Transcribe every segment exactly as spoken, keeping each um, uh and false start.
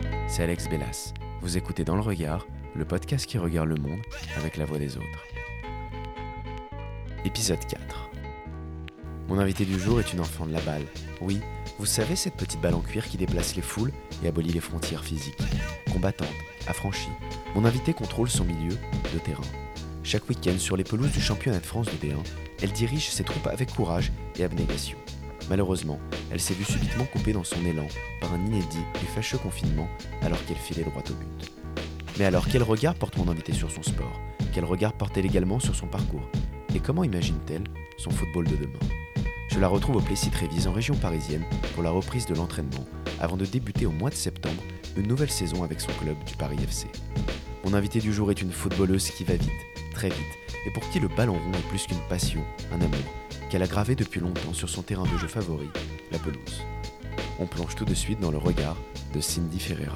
c'est Alex Bellas. Vous écoutez Dans le Regard, le podcast qui regarde le monde avec la voix des autres. Épisode quatre. Mon invité du jour est une enfant de la balle. Oui, vous savez, cette petite balle en cuir qui déplace les foules et abolit les frontières physiques. Combattante, affranchie, mon invité contrôle son milieu de terrain. Chaque week-end, sur les pelouses du championnat de France de D un, elle dirige ses troupes avec courage et abnégation. Malheureusement, elle s'est vue subitement coupée dans son élan par un inédit et fâcheux confinement alors qu'elle filait droit au but. Mais alors, quel regard porte mon invité sur son sport ? Quel regard porte-t-elle également sur son parcours ? Et comment imagine-t-elle son football de demain ? Je la retrouve au Plessis-Trévise en région parisienne pour la reprise de l'entraînement avant de débuter au mois de septembre une nouvelle saison avec son club du Paris F C. Mon invité du jour est une footballeuse qui va vite, très vite, et pour qui le ballon rond est plus qu'une passion, un amour, qu'elle a gravé depuis longtemps sur son terrain de jeu favori, la pelouse. On plonge tout de suite dans le regard de Cindy Ferreira.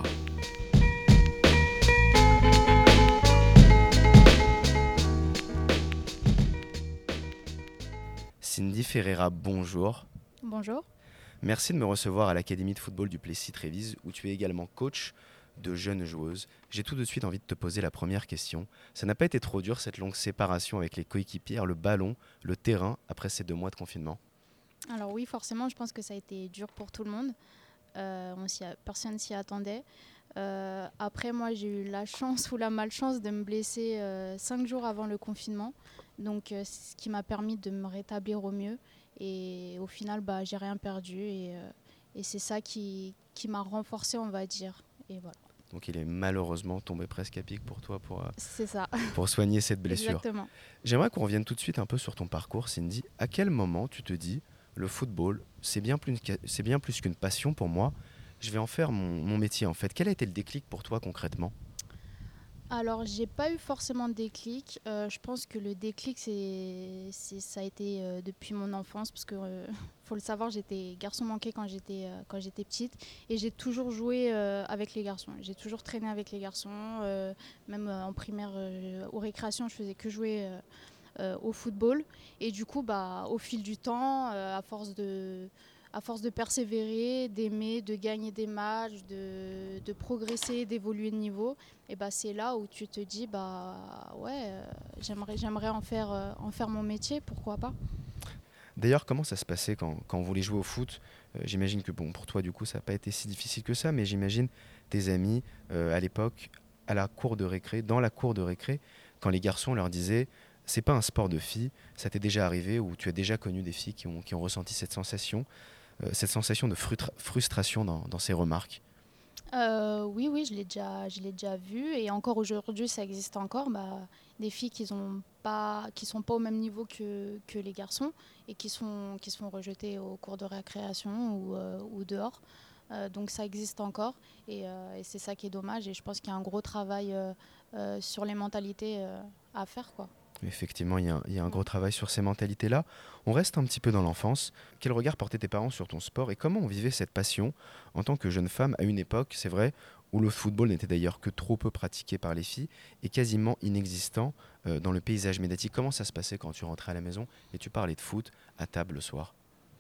Cindy Ferreira, bonjour. Bonjour. Merci de me recevoir à l'Académie de football du Plessis-Trévise où tu es également coach de jeunes joueuses. J'ai tout de suite envie de te poser la première question. Ça n'a pas été trop dur cette longue séparation avec les coéquipières, le ballon, le terrain après ces deux mois de confinement ? Alors oui, forcément, je pense que ça a été dur pour tout le monde. Euh, on s'y a, personne s'y attendait. Euh, après, moi, j'ai eu la chance ou la malchance de me blesser euh, cinq jours avant le confinement. Donc, euh, c'est ce qui m'a permis de me rétablir au mieux. Et au final, bah, j'ai rien perdu. Et, euh, et c'est ça qui, qui m'a renforcée, on va dire. Et voilà. Donc il est malheureusement tombé presque à pic pour toi pour, euh, C'est ça. pour soigner cette blessure. Exactement. J'aimerais qu'on revienne tout de suite un peu sur ton parcours, Cindy. À quel moment tu te dis, le football, c'est bien plus, c'est bien plus qu'une passion pour moi, je vais en faire mon, mon métier en fait. Quel a été le déclic pour toi concrètement ? Alors, j'ai pas eu forcément de déclic. Euh, je pense que le déclic, c'est, c'est, ça a été euh, depuis mon enfance. Parce que, euh, faut le savoir, j'étais garçon manqué quand j'étais, euh, quand j'étais petite. Et j'ai toujours joué euh, avec les garçons. J'ai toujours traîné avec les garçons. Euh, même euh, en primaire, euh, aux récréations, je faisais que jouer euh, euh, au football. Et du coup, bah, au fil du temps, euh, à force de... à force de persévérer, d'aimer, de gagner des matchs, de, de progresser, d'évoluer de niveau, et bah c'est là où tu te dis bah ouais, euh, j'aimerais, j'aimerais en faire, euh, en faire mon métier, pourquoi pas. D'ailleurs, comment ça se passait quand, quand on voulait jouer au foot ? euh, J'imagine que bon, pour toi, du coup, ça n'a pas été si difficile que ça, mais j'imagine tes amis euh, à l'époque, à la cour de récré, dans la cour de récré, quand les garçons leur disaient « c'est pas un sport de filles », ça t'est déjà arrivé ou tu as déjà connu des filles qui ont, qui ont ressenti cette sensation, euh, cette sensation de frustra- frustration dans, dans ces remarques ? Euh, oui, oui, je l'ai déjà, je l'ai déjà vu, et encore aujourd'hui, ça existe encore. Bah, des filles qui sont pas, qui sont pas au même niveau que, que les garçons et qui sont, qui sont rejetées au cours de récréation ou, euh, ou dehors. Euh, donc ça existe encore, et, euh, et c'est ça qui est dommage. Et je pense qu'il y a un gros travail euh, euh, sur les mentalités euh, à faire, quoi. Effectivement, il y, a, il y a un gros travail sur ces mentalités-là. On reste un petit peu dans l'enfance. Quel regard portaient tes parents sur ton sport et comment on vivait cette passion en tant que jeune femme à une époque, c'est vrai, où le football n'était d'ailleurs que trop peu pratiqué par les filles et quasiment inexistant euh, dans le paysage médiatique. Comment ça se passait quand tu rentrais à la maison et tu parlais de foot à table le soir ?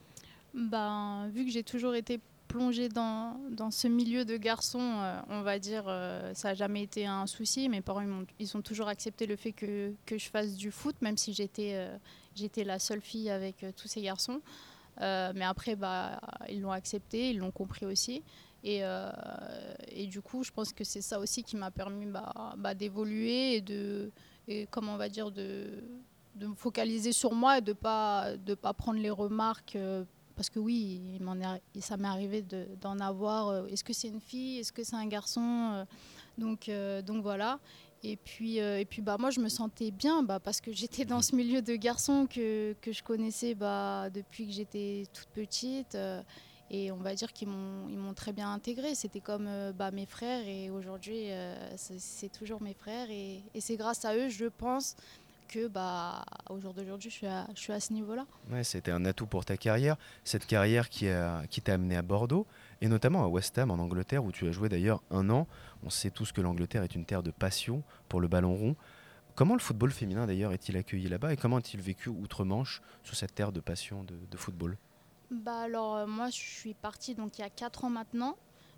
Ben, vu que j'ai toujours été plongée dans, dans ce milieu de garçons, euh, on va dire, euh, ça n'a jamais été un souci. Mes parents, ils, m'ont, ils ont toujours accepté le fait que, que je fasse du foot, même si j'étais, euh, j'étais la seule fille avec euh, tous ces garçons. Euh, mais après, bah, ils l'ont accepté, ils l'ont compris aussi. Et, euh, et du coup, je pense que c'est ça aussi qui m'a permis bah, bah, d'évoluer et de, et comment on va dire, de, de me focaliser sur moi et de ne pas, de pas prendre les remarques. Euh, parce que oui, il m'en est, ça m'est arrivé de, d'en avoir. Euh, est-ce que c'est une fille ? Est-ce que c'est un garçon ? Euh, donc, euh, donc voilà. Et puis, euh, et puis bah, moi, je me sentais bien bah, parce que j'étais dans ce milieu de garçons que, que je connaissais bah, depuis que j'étais toute petite. Euh, et on va dire qu'ils m'ont, ils m'ont très bien intégrée. C'était comme euh, bah, mes frères. Et aujourd'hui, euh, c'est, c'est toujours mes frères. Et, et c'est grâce à eux, je pense, que bah, au jour d'aujourd'hui, je suis à, je suis à ce niveau-là. Ouais, c'était un atout pour ta carrière, cette carrière qui, a, qui t'a amené à Bordeaux, et notamment à West Ham en Angleterre, où tu as joué d'ailleurs un an. On sait tous que l'Angleterre est une terre de passion pour le ballon rond. Comment le football féminin d'ailleurs est-il accueilli là-bas, et comment a-t-il vécu outre-Manche sur cette terre de passion de, de football ? Bah alors, euh, moi, je suis partie donc, il y a quatre ans maintenant.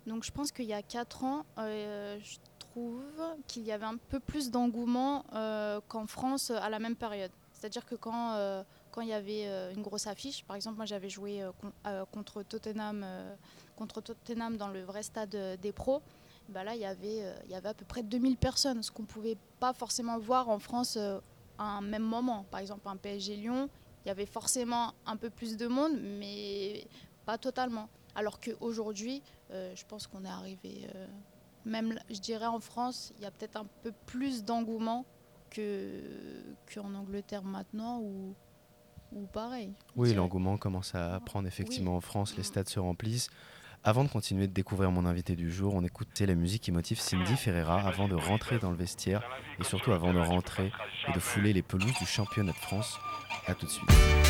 Donc je pense qu'il y a quatre ans, euh, je trouve qu'il y avait un peu plus d'engouement euh, qu'en France à la même période. C'est-à-dire que quand, euh, quand il y avait euh, une grosse affiche, par exemple, moi j'avais joué euh, con- euh, contre Tottenham, euh, contre Tottenham dans le vrai stade euh, des pros, bah là il y avait, euh, il y avait à peu près deux mille personnes, ce qu'on ne pouvait pas forcément voir en France euh, à un même moment. Par exemple, un P S G Lyon, il y avait forcément un peu plus de monde, mais pas totalement. Alors qu'aujourd'hui, euh, je pense qu'on est arrivé, euh, même je dirais en France, il y a peut-être un peu plus d'engouement que, qu'en Angleterre maintenant ou, ou pareil. Je Oui, dirais. l'engouement commence à prendre Oui. effectivement en France, les Mm. stades se remplissent. Avant de continuer de découvrir mon invité du jour, on écoutait la musique qui motive Cindy Ferreira avant de rentrer dans le vestiaire et surtout avant de rentrer et de fouler les pelouses du championnat de France. A tout de suite.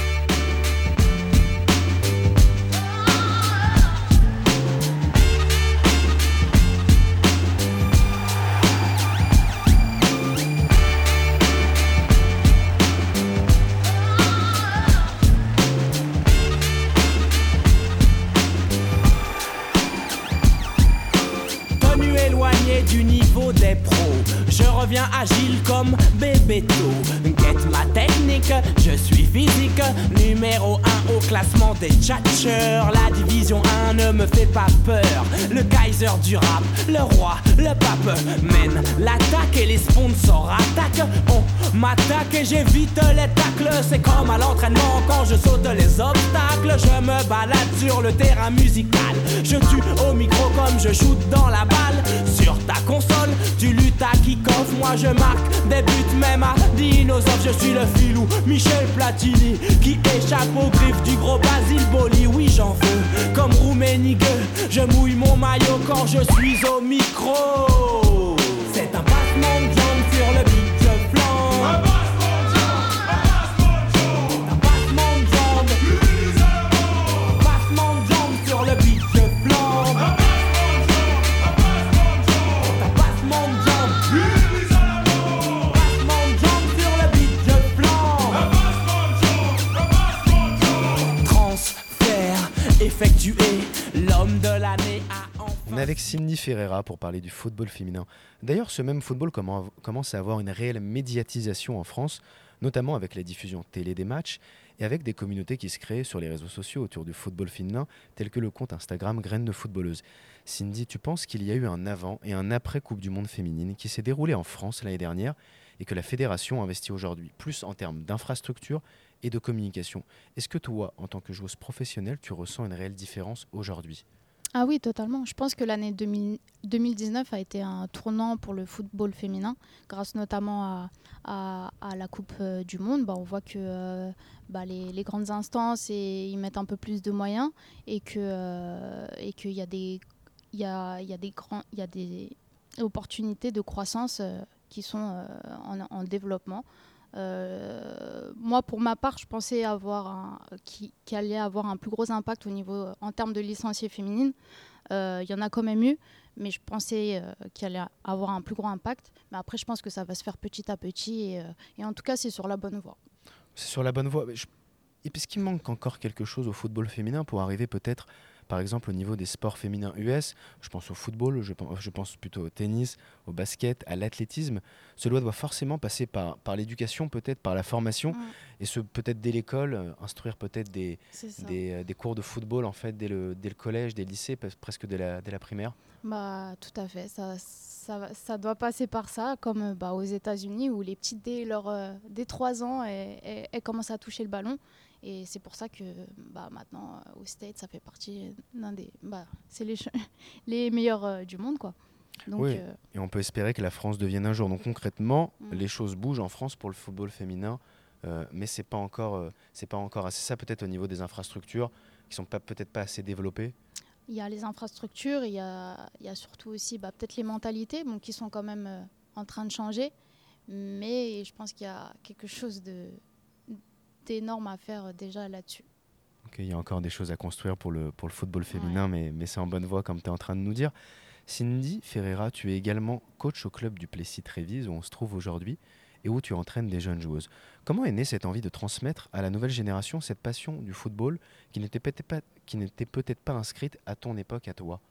Tenu éloigné du niveau des pros, je reviens agile comme Bébéto. Guette ma technique, je suis physique, numéro un au classement des tchatcheurs. La division un ne me fait pas peur. Le Kaiser du rap, le roi, le pape mène l'attaque et les sponsors attaquent. On m'attaque et j'évite les tacles. C'est comme à l'entraînement quand je saute les obstacles. Je me balade sur le terrain musical. Je tue au micro comme je shoot dans la balle. Sur ta console, tu luttes à kick-off. Moi je marque des buts même à dinosaures. Je suis le filou Michel Platini qui échappe aux griffes du gros Basile Boli. Oui j'en veux comme Rouménigue. Je mouille mon maillot quand je suis au micro. C'est un passement de jambes sur le beat, je flambe. Un passement de jambes. Passement de jambes sur le beat, je flambe. Un passement de jambes. Passement de jambes sur le beat, je flambe. Transfert effectué, l'homme de l'année a enfin... On est avec Cindy Ferreira pour parler du football féminin. D'ailleurs, ce même football commen- commence à avoir une réelle médiatisation en France, notamment avec la diffusion télé des matchs et avec des communautés qui se créent sur les réseaux sociaux autour du football féminin, tels que le compte Instagram Graines de footballeuse. Cindy, tu penses qu'il y a eu un avant et un après Coupe du Monde féminine qui s'est déroulé en France l'année dernière et que la fédération investit aujourd'hui plus en termes d'infrastructure et de communication. Est-ce que toi, en tant que joueuse professionnelle, tu ressens une réelle différence aujourd'hui ? Ah oui, totalement. Je pense que l'année deux mille deux mille dix-neuf a été un tournant pour le football féminin, grâce notamment à, à, à la Coupe euh, du Monde. Bah, on voit que euh, bah, les, les grandes instances et, ils mettent un peu plus de moyens et que euh, et qu'il y a des il y a, il y a des grands il y a des opportunités de croissance euh, qui sont euh, en, en développement. Euh, moi, pour ma part, je pensais avoir un, qu'il, qu'il allait avoir un plus gros impact au niveau, en termes de licenciés féminines. Euh, Il y en a quand même eu, mais je pensais euh, qu'il allait avoir un plus gros impact. Mais après, je pense que ça va se faire petit à petit. Et, euh, et en tout cas, c'est sur la bonne voie. C'est sur la bonne voie. Mais je- Et puis, est-ce qu'il manque encore quelque chose au football féminin pour arriver peut-être, par exemple, au niveau des sports féminins U S ? Je pense au football, je pense, je pense plutôt au tennis, au basket, à l'athlétisme. Cela doit forcément passer par, par l'éducation, peut-être par la formation, Mm, et ce peut-être dès l'école, euh, instruire peut-être des, c'est ça. des, euh, des cours de football en fait dès le, dès le collège, dès le lycée, pres- presque dès la, dès la primaire. Bah, tout à fait. Ça, ça, va- ça doit passer par ça, comme euh, bah, aux États-Unis où les petites, dès, leur, euh, dès trois ans, elles, elles- elles commencent à toucher le ballon. Et c'est pour ça que bah, maintenant, euh, aux States, ça fait partie d'un des. Bah, c'est les, ch- les meilleurs euh, du monde, quoi. Donc, Oui, euh, et on peut espérer que la France devienne un jour. Donc concrètement, Mm. les choses bougent en France pour le football féminin, euh, mais c'est pas encore, euh, c'est pas encore assez. Ça peut-être au niveau des infrastructures qui sont pas, peut-être pas assez développées. il y a les infrastructures, il y a, il y a surtout aussi bah, peut-être les mentalités bon, qui sont quand même euh, en train de changer. Mais je pense qu'il y a quelque chose de, d'énorme à faire euh, déjà là-dessus. Ok, il y a encore des choses à construire pour le, pour le football féminin, Ouais. mais, mais c'est en bonne voie comme tu es en train de nous dire. Cindy Ferreira, tu es également coach au club du Plessis-Trévise où on se trouve aujourd'hui et où tu entraînes des jeunes joueuses. Comment est née cette envie de transmettre à la nouvelle génération cette passion du football qui n'était peut-être pas, qui n'était peut-être pas inscrite à ton époque, à toi ?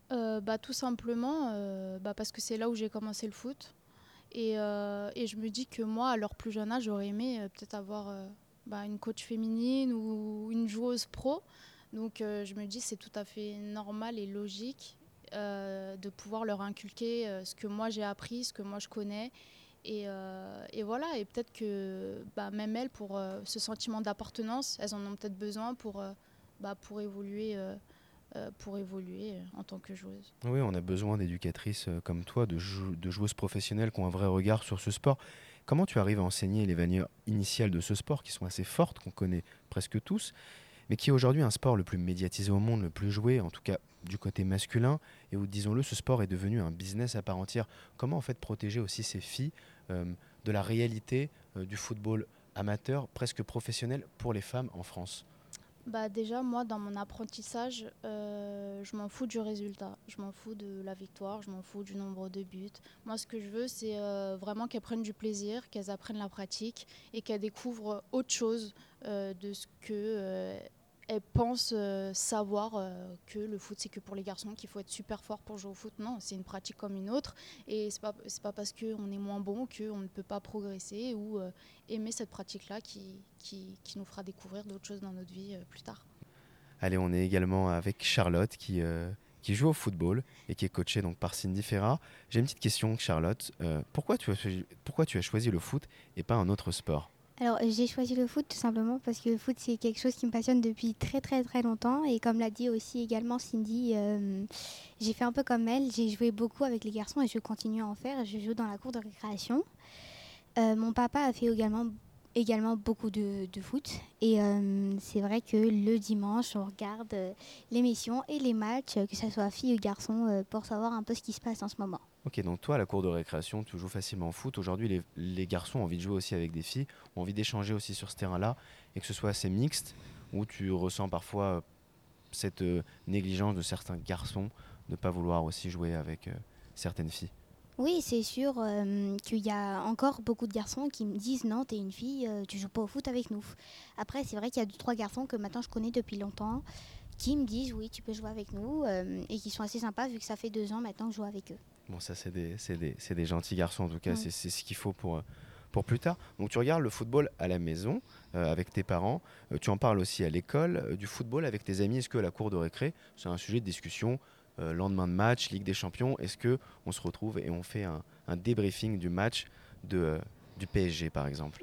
Euh, bah, tout simplement euh, bah, parce que c'est là où j'ai commencé le foot. Et, euh, et je me dis que moi, à leur plus jeune âge, j'aurais aimé euh, peut-être avoir euh, bah, une coach féminine ou une joueuse pro. Donc euh, je me dis c'est tout à fait normal et logique euh, de pouvoir leur inculquer euh, ce que moi j'ai appris, ce que moi je connais. Et, euh, et voilà, et peut-être que bah, même elles, pour euh, ce sentiment d'appartenance, elles en ont peut-être besoin pour, euh, bah, pour évoluer. Euh, euh, pour évoluer en tant que joueuse. Oui, on a besoin d'éducatrices euh, comme toi, de, jou- de joueuses professionnelles qui ont un vrai regard sur ce sport. Comment tu arrives à enseigner les valeurs initiales de ce sport qui sont assez fortes, qu'on connaît presque tous, mais qui est aujourd'hui un sport le plus médiatisé au monde, le plus joué, en tout cas du côté masculin, et où, disons-le, ce sport est devenu un business à part entière. Comment en fait protéger aussi ces filles euh, de la réalité euh, du football amateur, presque professionnel pour les femmes en France ? Bah déjà, moi, dans mon apprentissage, euh, je m'en fous du résultat. Je m'en fous de la victoire, je m'en fous du nombre de buts. Moi, ce que je veux, c'est euh, vraiment qu'elles prennent du plaisir, qu'elles apprennent la pratique et qu'elles découvrent autre chose euh, de ce que euh, elles pensent euh, savoir euh, que le foot, c'est que pour les garçons, qu'il faut être super fort pour jouer au foot. Non, c'est une pratique comme une autre. Et c'est pas, c'est pas parce qu'on est moins bon qu'on ne peut pas progresser ou euh, aimer cette pratique-là qui, qui, qui nous fera découvrir d'autres choses dans notre vie euh, plus tard. Allez, on est également avec Charlotte qui, euh, qui joue au football et qui est coachée donc, par Cindy Ferrat. J'ai une petite question, Charlotte. Euh, pourquoi, tu as, pourquoi tu as choisi le foot et pas un autre sport ? Alors, j'ai choisi le foot tout simplement parce que le foot, c'est quelque chose qui me passionne depuis très très très longtemps. Et comme l'a dit aussi également Cindy, euh, j'ai fait un peu comme elle. J'ai joué beaucoup avec les garçons et je continue à en faire. Je joue dans la cour de récréation. Euh, mon papa a fait également, également beaucoup de, de foot. Et euh, c'est vrai que le dimanche, on regarde euh, l'émission et les matchs, que ce soit filles ou garçons, euh, pour savoir un peu ce qui se passe en ce moment. Ok, donc toi, à la cour de récréation, tu joues facilement au foot. Aujourd'hui, les, les garçons ont envie de jouer aussi avec des filles, ont envie d'échanger aussi sur ce terrain-là, et que ce soit assez mixte, où tu ressens parfois euh, cette euh, négligence de certains garçons de ne pas vouloir aussi jouer avec euh, certaines filles. Oui, c'est sûr euh, qu'il y a encore beaucoup de garçons qui me disent « Non, t'es une fille, euh, tu joues pas au foot avec nous ». Après, c'est vrai qu'il y a deux, trois garçons que maintenant je connais depuis longtemps qui me disent « Oui, tu peux jouer avec nous euh, » et qui sont assez sympas vu que ça fait deux ans maintenant que je joue avec eux. Bon, ça, c'est des, c'est des, c'est des gentils garçons, en tout cas, Oui. c'est, c'est ce qu'il faut pour, pour plus tard. Donc, tu regardes le football à la maison, euh, avec tes parents. Euh, tu en parles aussi à l'école, euh, du football avec tes amis. Est-ce que la cour de récré, c'est un sujet de discussion euh, lendemain de match, Ligue des Champions? Est-ce qu'on se retrouve et on fait un, un débriefing du match de, euh, du P S G, par exemple?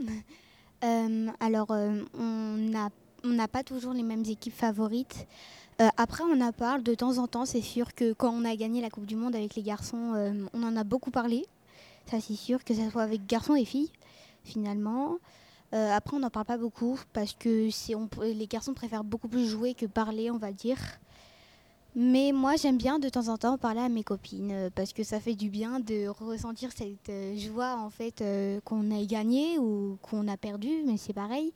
euh, Alors, euh, on n'a on n'a pas toujours les mêmes équipes favorites. Euh, après, on en parle de temps en temps. C'est sûr que quand on a gagné la Coupe du Monde avec les garçons, euh, on en a beaucoup parlé. Ça, c'est sûr, que ce soit avec garçons et filles, finalement. Euh, après, on n'en parle pas beaucoup parce que c'est, on, les garçons préfèrent beaucoup plus jouer que parler, on va dire. Mais moi, j'aime bien de temps en temps parler à mes copines euh, parce que ça fait du bien de ressentir cette euh, joie en fait euh, qu'on a gagné ou qu'on a perdu, mais c'est pareil.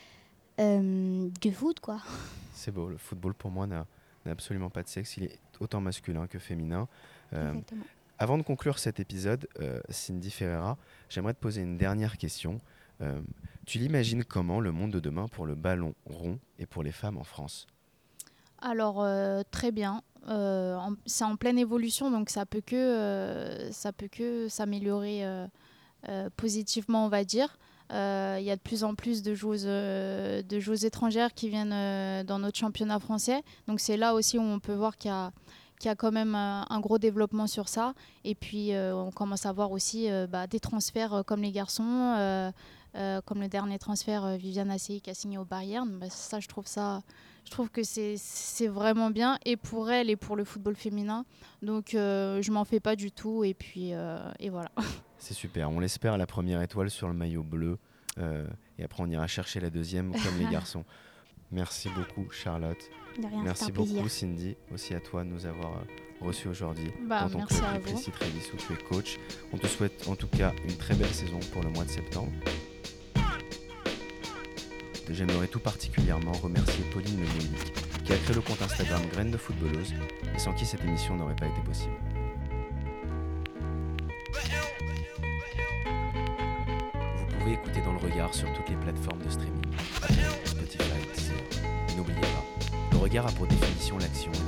Euh, du foot, quoi. C'est beau, le football pour moi n'a, n'a absolument pas de sexe, il est autant masculin que féminin. Euh, Exactement. avant de conclure cet épisode, euh, Cindy Ferreira, j'aimerais te poser une dernière question. Euh, tu l'imagines comment le monde de demain pour le ballon rond et pour les femmes en France ? Alors, euh, très bien. Euh, en, c'est en pleine évolution, donc ça peut que, euh, ça peut que s'améliorer euh, euh, positivement, on va dire. Il euh, y a de plus en plus de joueuses, euh, de joueuses étrangères qui viennent euh, dans notre championnat français. Donc c'est là aussi où on peut voir qu'il y a, qu'il y a quand même un, un gros développement sur ça. Et puis euh, on commence à voir aussi euh, bah, des transferts euh, comme les garçons, euh, euh, comme le dernier transfert euh, Viviane Assey qui a signé au Bayern. Bah, ça, je trouve ça... Je trouve que c'est, c'est vraiment bien, et pour elle et pour le football féminin. Donc, euh, je m'en fais pas du tout. Et puis, euh, et voilà. C'est super. On l'espère, la première étoile sur le maillot bleu. Euh, et après, on ira chercher la deuxième, comme les garçons. Merci beaucoup, Charlotte. De rien, merci c'était un beaucoup, plaisir. Cindy, aussi à toi de nous avoir euh, reçus aujourd'hui Bah, dans ton merci club à du vous. Plessis Trévis où tu es coach. On te souhaite en tout cas une très belle saison pour le mois de septembre. J'aimerais tout particulièrement remercier Pauline Lemoynic, qui a créé le compte Instagram Graines de Footballeuse, et sans qui cette émission n'aurait pas été possible. Vous pouvez écouter Dans le Regard sur toutes les plateformes de streaming, Apple, Spotify, Deezer. N'oubliez pas, le regard a pour définition l'action et